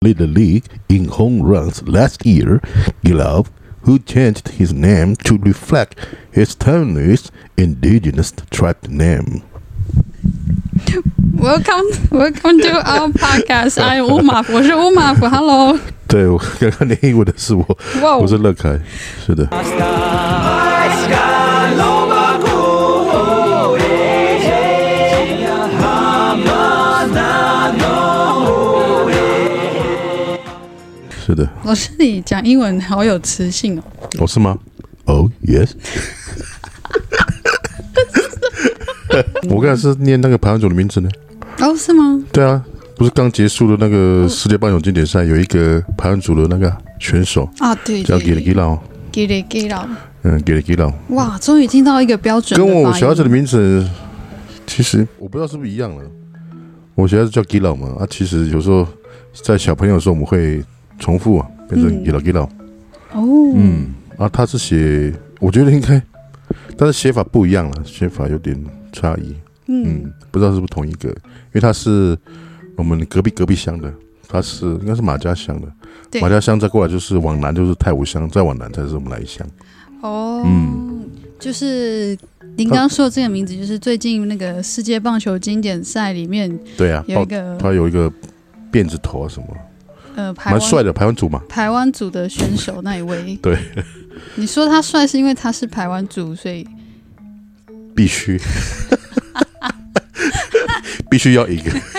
led the league in home runs last year. Gilov, who changed his name to reflect his Taiwanese indigenous tribe name. Welcome to our podcast. I'm Umaf， 我是 Umaf。Hello。 对，我刚刚念英文的是我，我是乐凯，是的。是的。 老师，你讲英文好有磁性哦。 哦，是吗？哦、yes 。我刚才是念那个排湾组的名字呢。 哦，是吗？ 对啊，不是刚结束的那个世界棒球经典赛，有一个排湾组的那个选手啊，对， 叫吉里吉劳。 吉里吉劳。 吉里吉劳。 哇，终于听到一个标准的发音。 跟我小孩子的名字，其实我不知道是不是一样了。我小孩子叫吉劳嘛，啊，其实有时候在小朋友的时候我们会重复啊，变成吉劳吉劳。哦。他是写，我觉得应该，但是写法不一样了，写法有点差异。不知道是不是同一个，因为他是我们隔壁乡的，他是应该是马家乡的，马家乡再过来就是往南就是太武乡，再往南才是我们来乡。 哦，就是您刚刚说的这个名字，就是最近那个世界棒球经典赛里面， 对啊， 有一个他有一个辫子头啊什么，蛮帅的排湾族嘛， 排湾族的选手那一位。 对，你说他帅是因为他是排湾族，所以必须。必须要赢。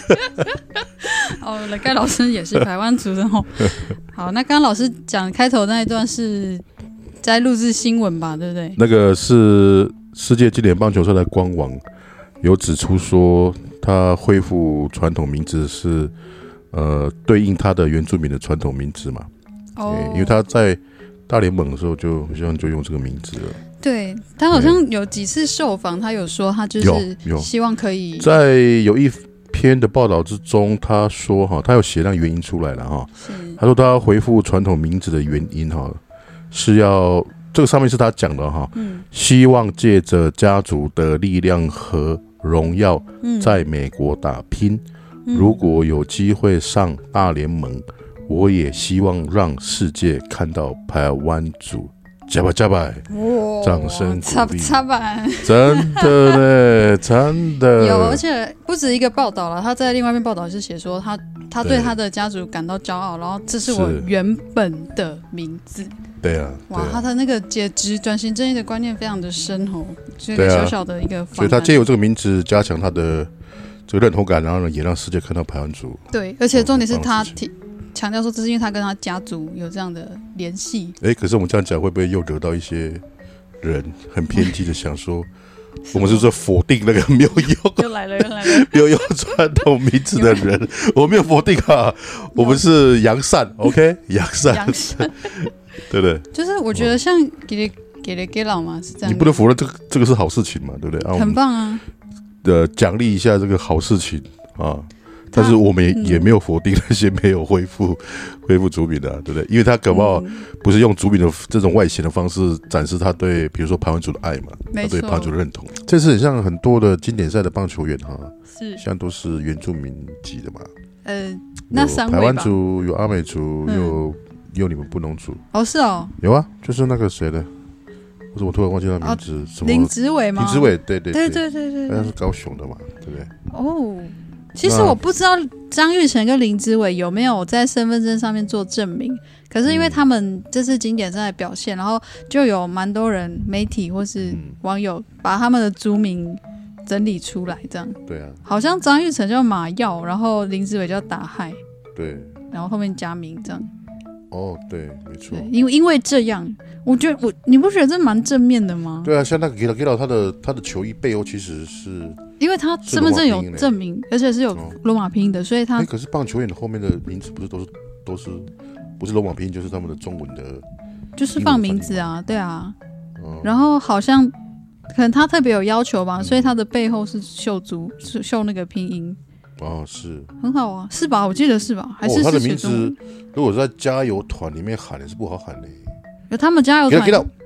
哦，盖老师也是排湾族的哦。好，那刚刚老师讲开头那一段是在录制新闻吧，对不对？ 那个是世界经典棒球赛的官网有指出说，他恢复传统名字是对应他的原住民的传统名字嘛。因为他在大联盟的时候就好像就用这个名字了。对， 他好像有几次受访，他有说他就是希望可以在有一篇的报道之中，他说他有写那原因出来了哈。他说他恢复传统名字的原因是要这个上面是他讲的哈，希望借着家族的力量和荣耀在美国打拼。如果有机会上大联盟，我也希望让世界看到排湾族。加吧加吧，掌声鼓励，真的呢，真的有，而且不止一个报道了。他在另外一篇报道是写说他对他的家族感到骄傲，然后这是我原本的名字。 对啊， 哇，他的那个解职转型正义的观念非常的深哦，这个小小的一个， 所以他借由这个名字加强他的这个认同感，然后呢，也让世界看到排湾族。 对，而且重点是他强调说，这是因为他跟他家族有这样的联系。 可是我们这样讲，会不会又惹到一些人很偏激的想说，我们是说否定那个没有用， 又来了， 没有用传统名字的人？我没有否定啊，我们是扬善 ，OK， 扬善，对不对？ 就是我觉得像给老嘛是这样， 你不能否认这个是好事情嘛，对不对？ 很棒啊， 奖励一下这个好事情啊。但是我们也没有否定那些没有恢复族民的对不对？因为他搞不好不是用族民的这种外显的方式展示他对比如说排湾族的爱嘛，他对排湾族的认同。这次很像很多的经典赛的棒球员是现在都是原住民籍的嘛。 那三位吧， 排湾族有阿美族，有你们布农族。 哦，是哦， 有啊，就是那个谁的，我突然忘记他名字，什么林子伟吗？ 林子伟，对， 好像是高雄的嘛，对不对？ 哦。其实我不知道张育成跟林子伟有没有在身份证上面做证明，可是因为他们这次经典赛的表现，然后就有蛮多人媒体或是网友把他们的族名整理出来，这样。对啊，好像张育成叫马耀，然后林子伟叫达亥，对，然后后面加名这样。哦，对，没错。因为这样，我觉得你不觉得这蛮正面的吗？ 对啊，像那个给到他的球衣背后其实是。 因为他身份证有证明，而且是有罗马拼音的，所以他可是棒球员的后面的名字不是都是不是罗马拼音，就是他们的中文的， 就是放名字啊，对啊。然后好像可能他特别有要求吧，所以他的背后是绣那个拼音。哦，是很好啊，是吧？我记得是吧？还是他的名字如果在加油团里面喊也是不好喊的。 有他们加油团。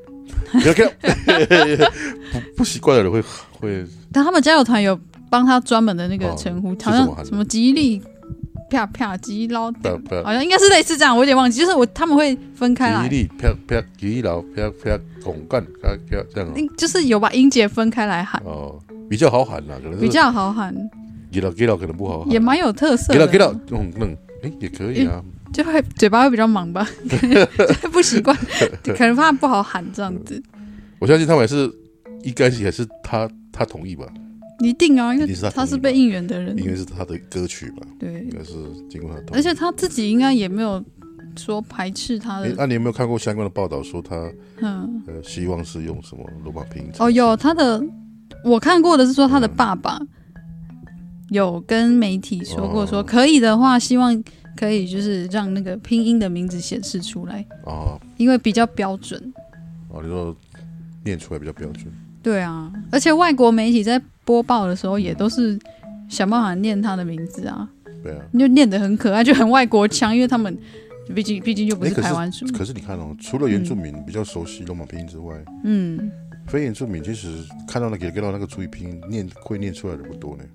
不习惯的人会， 但他们加油团有帮他专门的那个称呼，好像什么吉利啪啪吉老店，好像应该是类似这样，我有点忘记，就是他们会分开来， 吉利啪啪吉老啪啪拱干这样， 就是有把音节分开来喊， 比较好喊啦，可能是比较好喊， 吉老可能不好喊， 也蛮有特色的， 吉老也可以啊， 就会嘴巴会比较忙吧，就不习惯，可能怕不好喊这样子。 我相信他们应该还是他同意吧。 一定啊，因为他是被应援的人， 因为是他的歌曲嘛， 对， 应该是经过他同意， 而且他自己应该也没有说排斥他的。 你有没有看过相关的报道说他希望是用什么罗马拼音？ 有他的，我看过的是说他的爸爸有跟媒体说过，说可以的话，希望可以就是让那个拼音的名字显示出来因为比较标准。 你说念出来比较标准。 对啊，而且外国媒体在播报的时候也都是想办法念他的名字啊， 对啊， 就念得很可爱，就很外国腔，因为他们毕竟就不是台湾族。 可是你看除了原住民比较熟悉罗马拼音之外，非原住民其实看到那个注意拼音会念出来的不多呢。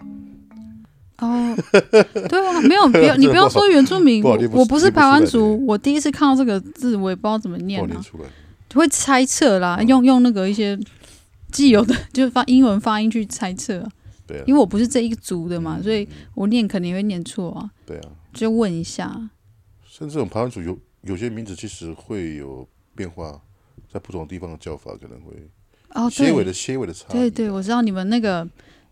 对啊，没有，你不要说原住民，我不是排湾族，我第一次看到这个字，我也不知道怎么念啊，会猜测啦，用那个一些既有的就是英文发音去猜测啊。对啊，因为我不是这一族的嘛，所以我念肯定会念错啊。对啊，就问一下。 甚至这种排湾族有些名字其实会有变化，在不同的地方的叫法可能会些微的差异。 对，我知道你们那个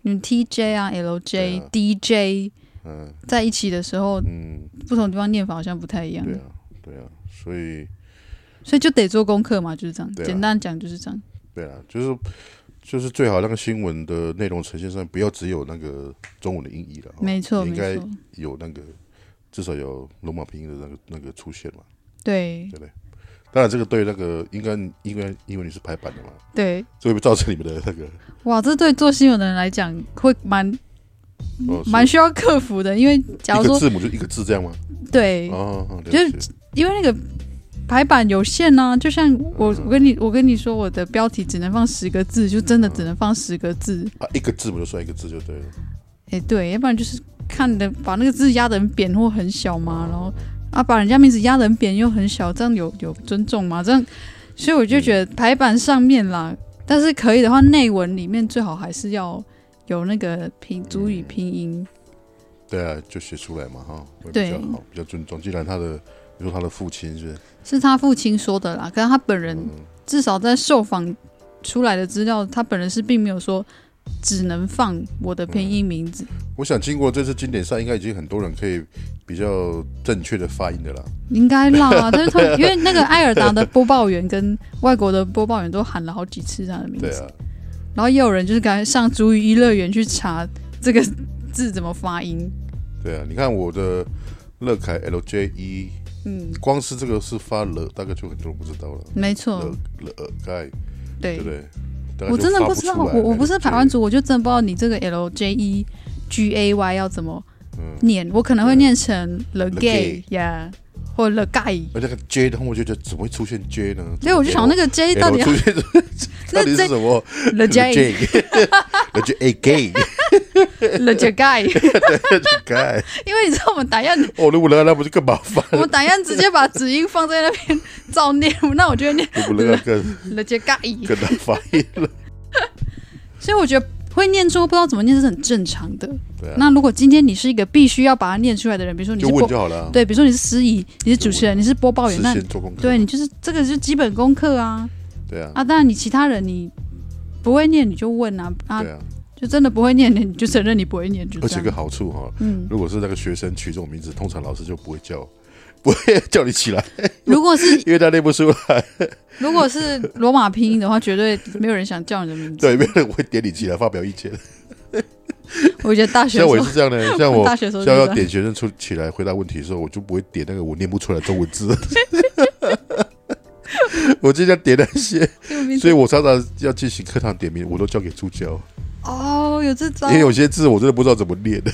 TJ 啊、LJ、DJ 在一起的时候，不同地方念法好像不太一样。 对啊，所以就得做功课嘛，就是这样。简单讲就是这样。 对啊，就是最好那个新闻的内容呈现上不要只有那个中文的音译了， 没错， 应该有那个至少有罗马拼音的那个出现嘛。对不对？当然这个对那个因为你是排版的嘛，对，这会不会造成你们的那个？哇， 这对做新闻的人来讲会蛮需要克服的，因为假如说一个字母就一个字这样吗？ 对，就是因为那个排版有限啊，就像我跟你说，我的标题只能放10个字，就真的只能放10个字一个字母就算一个字就对了。 对，要不然就是看的把那个字压得很扁或很小嘛，然后把人家名字压得很扁又很小，这样有尊重吗？这样，所以我就觉得排版上面啦，但是可以的话，内文里面最好还是要有那个族语拼音。 对啊，就写出来嘛，会比较好，比较尊重。既然你说他的父亲是他父亲说的啦，可是他本人至少在受访出来的资料，他本人是并没有说只能放我的拼音名字。 我想经过这次经典赛，应该已经很多人可以比较正确的发音的啦。 应该啦，但是因为那个艾尔达的播报员跟外国的播报员都喊了好几次他的名字，对啊。然后也有人就是赶快上族语一乐园去查这个字怎么发音。 对啊，你看我的乐凯 LJE。光是这个是发了，大概就很多人不知道了。没错，了对不对？ 我真的不知道，我不是排湾族，我就真的不知道你这个 LJEGAY 要怎么念，我可能会念成 the gay 呀，或 the guy。 而那个 J 的话，我就觉得怎么会出现 J 呢？ 对，我就想那个 J 到底出现到底是什么 ？the J，the J gay。The guy， guy， 因为你知道我们打样如果那不是更麻烦？ 我们打样直接把子音放在那边照念，那我就会念 The guy 更难发音了。 所以我觉得会念错不知道怎么念是很正常的。对啊。那如果今天你是一个必须要把它念出来的人，比如说你是就问就好了。 对，比如说你是司仪，你是主持人，你是播报员，那对你就是这个就是基本功课啊。对啊。当然你其他人你不会念你就问啊。对啊。就真的不会念，你就承认你不会念，就这样。 而且有个好处如果是那个学生取这种名字，通常老师就不会叫你起来。 如果是因为他念不出来。 如果是罗马拼音的话，绝对没有人想叫你的名字。 对，没有人会点你起来发表意见。 我觉得大学像我也是这样的，像我像要点学生起来回答问题的时候，我就不会点那个我念不出来的中文字。我尽量点那些，所以我常常要进行课堂点名，我都交给助教。 有这招， 因为有些字我真的不知道怎么念的。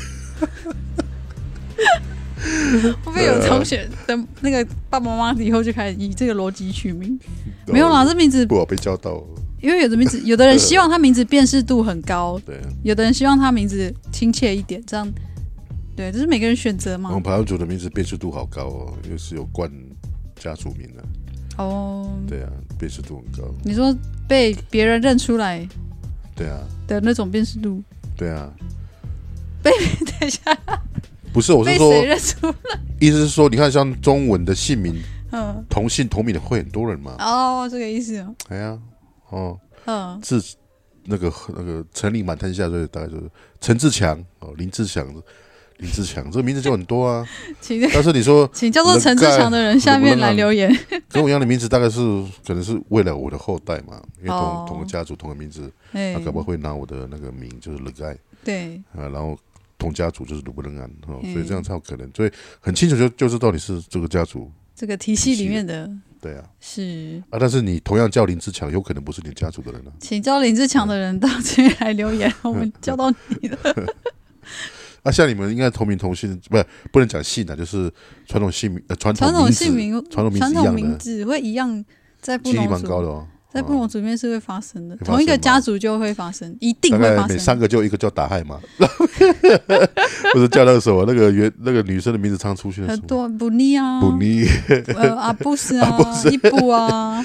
会不会有同学的那个爸爸妈妈以后就开始以这个逻辑取名？没有啦，这名字不好被教到。 因为有的名字，有的人希望他名字辨识度很高，对，有的人希望他名字亲切一点，这样对，这是每个人选择嘛。 我们排湾族的名字辨识度好高哦，又是有冠家族名的。 哦， 对啊，辨识度很高。 你说被别人认出来， 对啊的那种辨识度。 对啊， 等一下， 不是，我是说， 被谁认出来？ 意思是说，你看像中文的姓名，同姓同名的会很多人嘛。 哦，这个意思哦。 哎呀，自那个陈立满天下，所以大概就是陈志强林志强，这个名字就很多啊。但是你说， 请叫做陈志强的人下面来留言。 跟我一样的名字，大概是可能是为了我的后代嘛，因为同个家族同个名字，他搞不好会拿我的那个名就是乐盖， 对然后同家族就是鲁布伦安，所以这样才有可能，所以很清楚就知道你是这个家族这个体系里面的。 对啊， 是啊，但是你同样叫林志强，有可能不是你家族的人啊。 请叫林志强的人到这边来留言，我们叫到你了。 啊，像你们应该同名同姓，不能讲姓啊，就是传统姓名、传统名字会一样，在布农族几率蛮高的哦。 在布农族里面是会发生的，同一个家族就会发生，一定会发生。 每3个就一个叫打害嘛，或者叫那个什么那个女生的名字常出现很多布尼啊，阿布斯啊，伊布啊。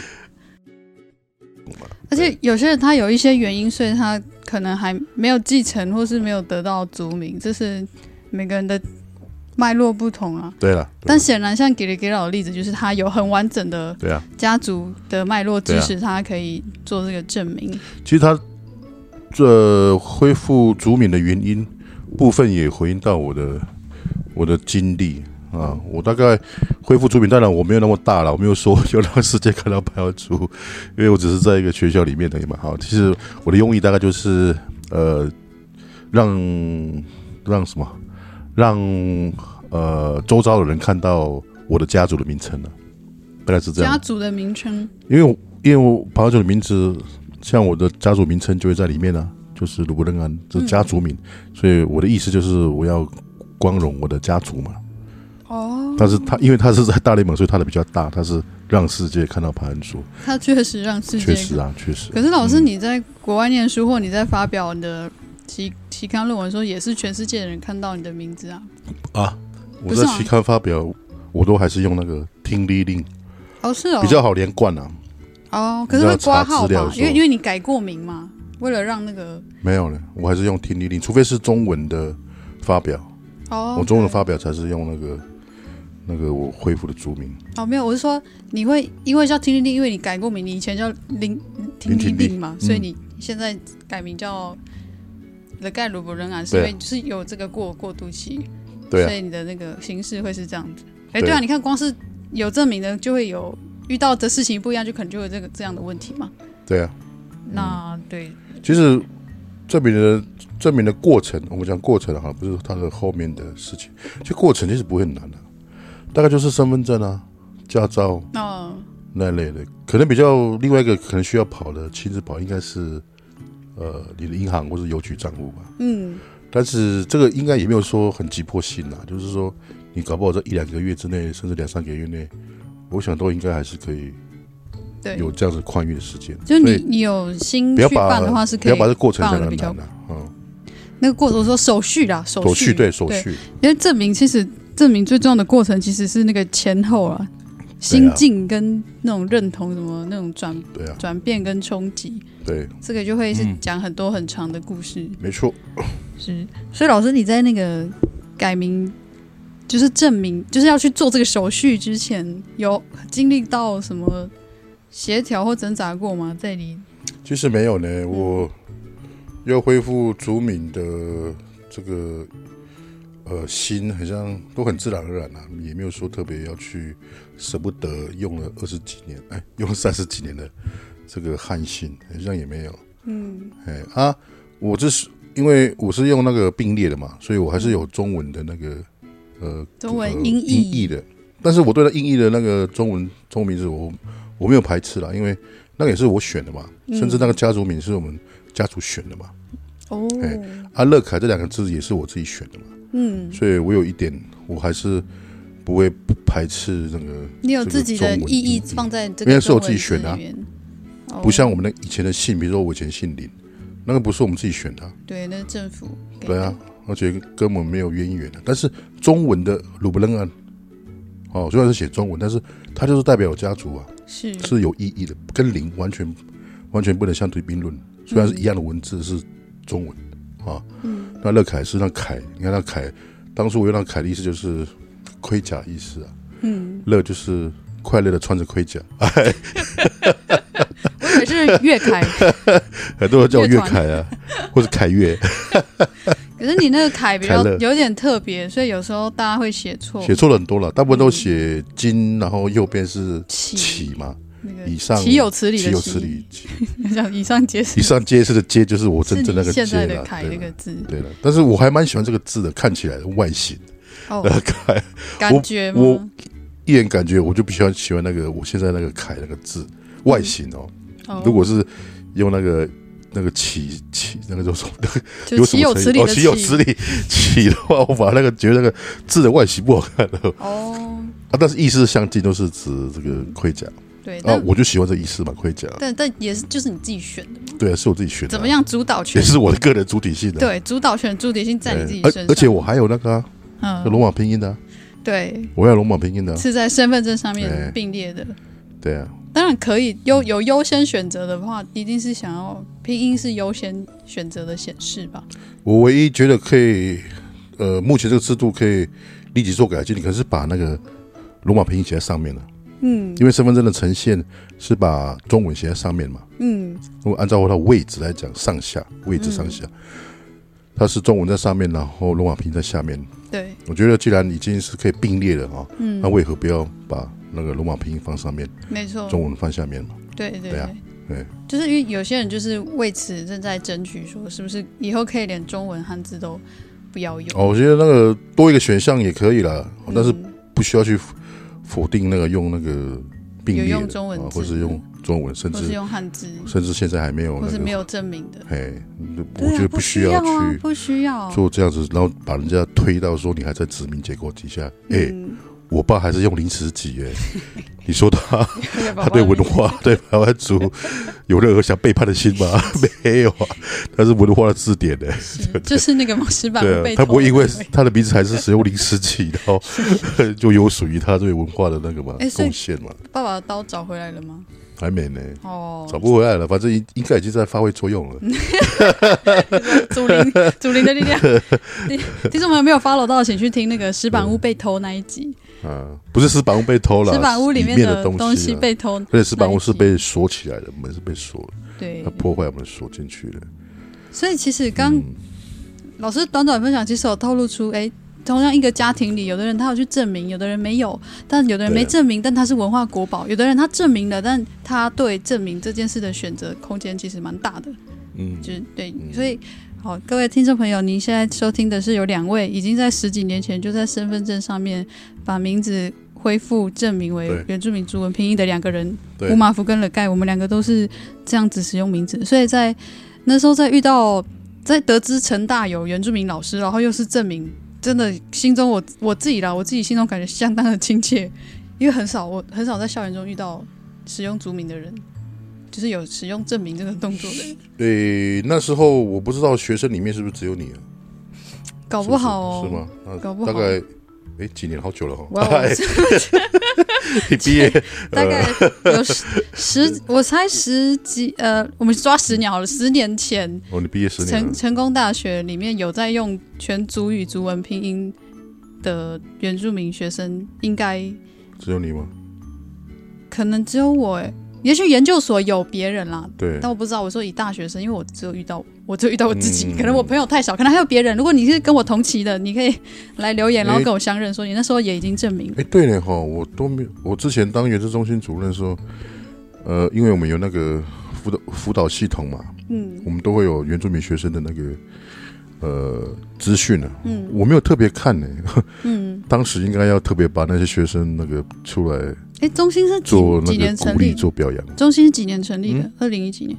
而且有些人他有一些原因，所以他可能还没有继承，或是没有得到族名，这是每个人的脉络不同啊。 对了， 但显然像给老的例子，就是他有很完整的家族的脉络支持，他可以做这个证明。 其实他恢复族名的原因，部分也回应到我的经历啊。我大概恢复族名，当然我没有那么大了，我没有说要让世界看到排湾族，因为我只是在一个学校里面而已嘛。好，其实我的用意大概就是让什么？让周遭的人看到我的家族的名称了，大概是这样。 家族的名称， 因为我排湾族的名字，像我的家族名称就会在里面啊，就是鲁布伦安，这是家族名，所以我的意思就是我要光荣我的家族嘛。哦。但是因为他是在大联盟，所以他的比较大，他是让世界看到排湾族。他确实让世界确实啊，确实。 可是老师，你在国外念书，或你在发表你的期刊论文的时候，也是全世界的人看到你的名字啊。啊， 我在期刊发表，我都还是用那个听力令。 哦，是哦， 比较好连贯啊。 哦，可是会挂号吧？因为你改过名嘛，为了让那个没有了，我还是用听力令，除非是中文的发表。哦，我中文的发表才是用那个我恢复的族名。 哦，没有，我是说你会因为叫听力令，因为你改过名，你以前叫听力令嘛，所以你现在改名叫The盖鲁布伦安，是因为就是有这个过渡期，对啊，所以你的那个形式会是这样子。对啊，你看光是有证明的，就会有遇到的事情不一样，就可能就有这样的问题嘛。对啊，那对， 其实证明的过程，我们讲过程哈，不是它的后面的事情。其实过程其实不会很难的，大概就是身份证啊、驾照那类的，可能比较另外一个可能需要跑的亲自跑，应该是你的银行或是邮局账户吧。但是这个应该也没有说很急迫性啦，就是说你搞不好在1-2个月之内，甚至2-3个月内，我想都应该还是可以有这样子宽裕的时间。 就你有心去办的话，是可以不要把这过程讲得很难那个过程我说手续啦，手续，因为证明最重要的过程其实是那个前后啊，心境跟那种认同什么那种转变跟冲击。对，这个就会是讲很多很长的故事。 没错， 是。所以老师你在那个改名，就是证明，就是要去做这个手续之前，有经历到什么协调或挣扎过吗？在你其实没有呢，我要恢复族名的这个心，好像都很自然而然啊，也没有说特别要去舍不得用了20几年，用了30几年的这个汉姓，好像也没有。我这是因为我是用那个并列的嘛，所以我还是有中文的那个中文音译的，但是我对它音译的那个中文名字我没有排斥啦，因为那个也是我选的嘛，甚至那个家族名是我们家族选的嘛。乐凯这2个字也是我自己选的嘛。所以我有一点，我还是不会排斥那个。 你有自己的意义放在这个， 因为是我自己选的不像我们以前的姓，比如说我以前姓林，那个不是我们自己选的。 对，那是政府。 对啊， 而且根本没有渊源的。但是中文的鲁布楞案，虽然是写中文，但是它就是代表有家族啊，是有意义的，跟灵完全不能相提并论。虽然是一样的文字是中文那乐凯是那凯，你看那凯，当初我用那凯的意思就是盔甲意思啊，乐就是快乐的穿着盔甲。 我以为是乐凯， 很多人叫我乐凯啊，或是凯乐。 可是你那个凯比较有点特别，所以有时候大家会写错， 写错了很多了，大部分都写金，然后右边是起嘛，以上岂有此理的岂， 像以上皆是， 以上皆是的皆就是我真正那个现在的凯那个字， 对了，但是我还蛮喜欢这个字的，看起来的外形，凯感觉吗？ 我一眼感觉我就比较喜欢那个我现在那个凯那个字外形如果是用那个起那个叫什么？ 就岂有此理的岂有此理起的话，我把那个觉得那个字的外形不好看了。但是意思相近，都是指这个盔甲。 对我就喜欢这意思嘛，盔甲。 但也是就是你自己选的嘛。 对啊，是我自己选的。 怎么样主导权？ 也是我的个人主体性的。 对，主导权、主体性在你自己身上。 而且我还有那个罗马拼音的。 对， 我要罗马拼音的， 是在身份证上面并列的。 对啊， 当然可以有优先选择的话，一定是想要拼音是优先选择的显示吧。 我唯一觉得可以，目前这个制度可以立即做改进，你可能是把那个罗马拼音写在上面了。因为身份证的呈现是把中文写在上面嘛。如果按照它的位置来讲，上下位置上下，它是中文在上面，然后罗马拼音在下面。 对， 我觉得既然已经是可以并列了那为何不要把那个罗马拼音放上面？没错，中文放下面嘛。对啊，对， 就是因为有些人就是为此正在争取，说是不是以后可以连中文汉字都不要用？我觉得那个多一个选项也可以啦，但是不需要去否定那个用那个并列的， 用中文字或是用中文，甚至是用汉字， 甚至现在还没有， 或是没有证明的。 我觉得不需要去不需要做这样子，然后把人家推到说你还在殖民结构底下。我爸还是用零词己你说他对文化对台湾族有任何想背叛的心吗？没有啊，他是文化的字典就是那个石板屋被偷， 他不会因为他的名字还是使用零词己，然后就有属于他对文化的那个嘛贡献嘛。 爸爸的刀找回来了吗？ 还没呢，找不回来了，反正应该已经在发挥作用了。 祖灵的力量，听众朋友没有 follow 到，请去听那个石板屋被偷那一集。 不是石板屋被偷了， 石板屋里面的东西被偷， 而且石板屋是被锁起来的，门是被锁的， 对， 他破坏我们锁进去了。 所以其实刚老师短短分享，其实有透露出，同样一个家庭里，有的人他有去证明，有的人没有，但有的人没证明，但他是文化国宝；有的人他证明了，但他对证明这件事的选择空间其实蛮大的。就是对，所以好，各位听众朋友，您现在收听的是有2位已经在10几年前就在身份证上面把名字恢复证明为原住民族文拼音的2个人，乌马夫跟勒盖，我们2个都是这样子使用名字，所以在那时候在得知成大有原住民老师，然后又是证明。真的，心中我自己心中感觉相当的亲切，因为我很少在校园中遇到使用族名的人，就是有使用证明这个动作的人。 那时候我不知道学生里面是不是只有你啊？ 搞不好是吗？ 搞不好大概几年，好久了你毕业大概有我猜10几我们抓10年好了，10年前你毕业10年了， 成功大学里面有在用全族语族文拼音的原住民学生，应该只有你吗？ 可能只有我也许研究所有别人啦， 对， 但我不知道。我说以大学生，因为我只有遇到我自己，可能我朋友太少，可能还有别人。如果你是跟我同期的，你可以来留言，然后跟我相认，说你那时候也已经证明。 对呢我都没有。我之前当原子中心主任的时候，因为我们有那个辅导系统嘛，我们都会有原住民学生的那个资讯啊，我没有特别看呢，当时应该要特别把那些学生那个出来。 中心是几年成立？ 做表扬。 中心是几年成立的？2010几年。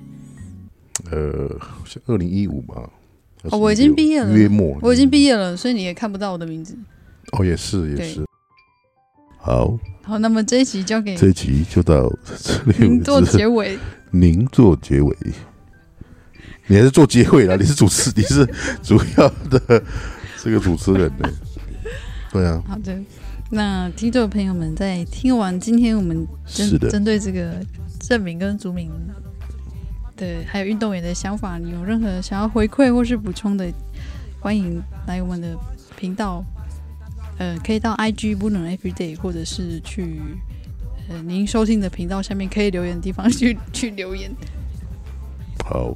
2015吧。 我已经毕业了。 约莫。 我已经毕业了，所以你也看不到我的名字。 也是。好， 那么这一集就到这里。 您做结尾。 您做结尾。你还是做结尾啦，你是主持，你是主要的这个主持人呢？对啊。 好的，那听众朋友们在听完今天我们针对这个正名跟族名的还有运动员的想法，你有任何想要回馈或是补充的，欢迎来我们的频道，可以到 IG 不能 Everyday， 或者是去您收听的频道下面可以留言的地方去留言。 好，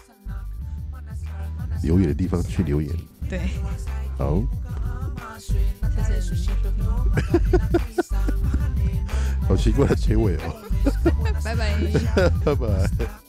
留言的地方去留言。 对， 好， 谢谢您的收听。 好奇怪的结尾哦。 拜拜， 拜拜。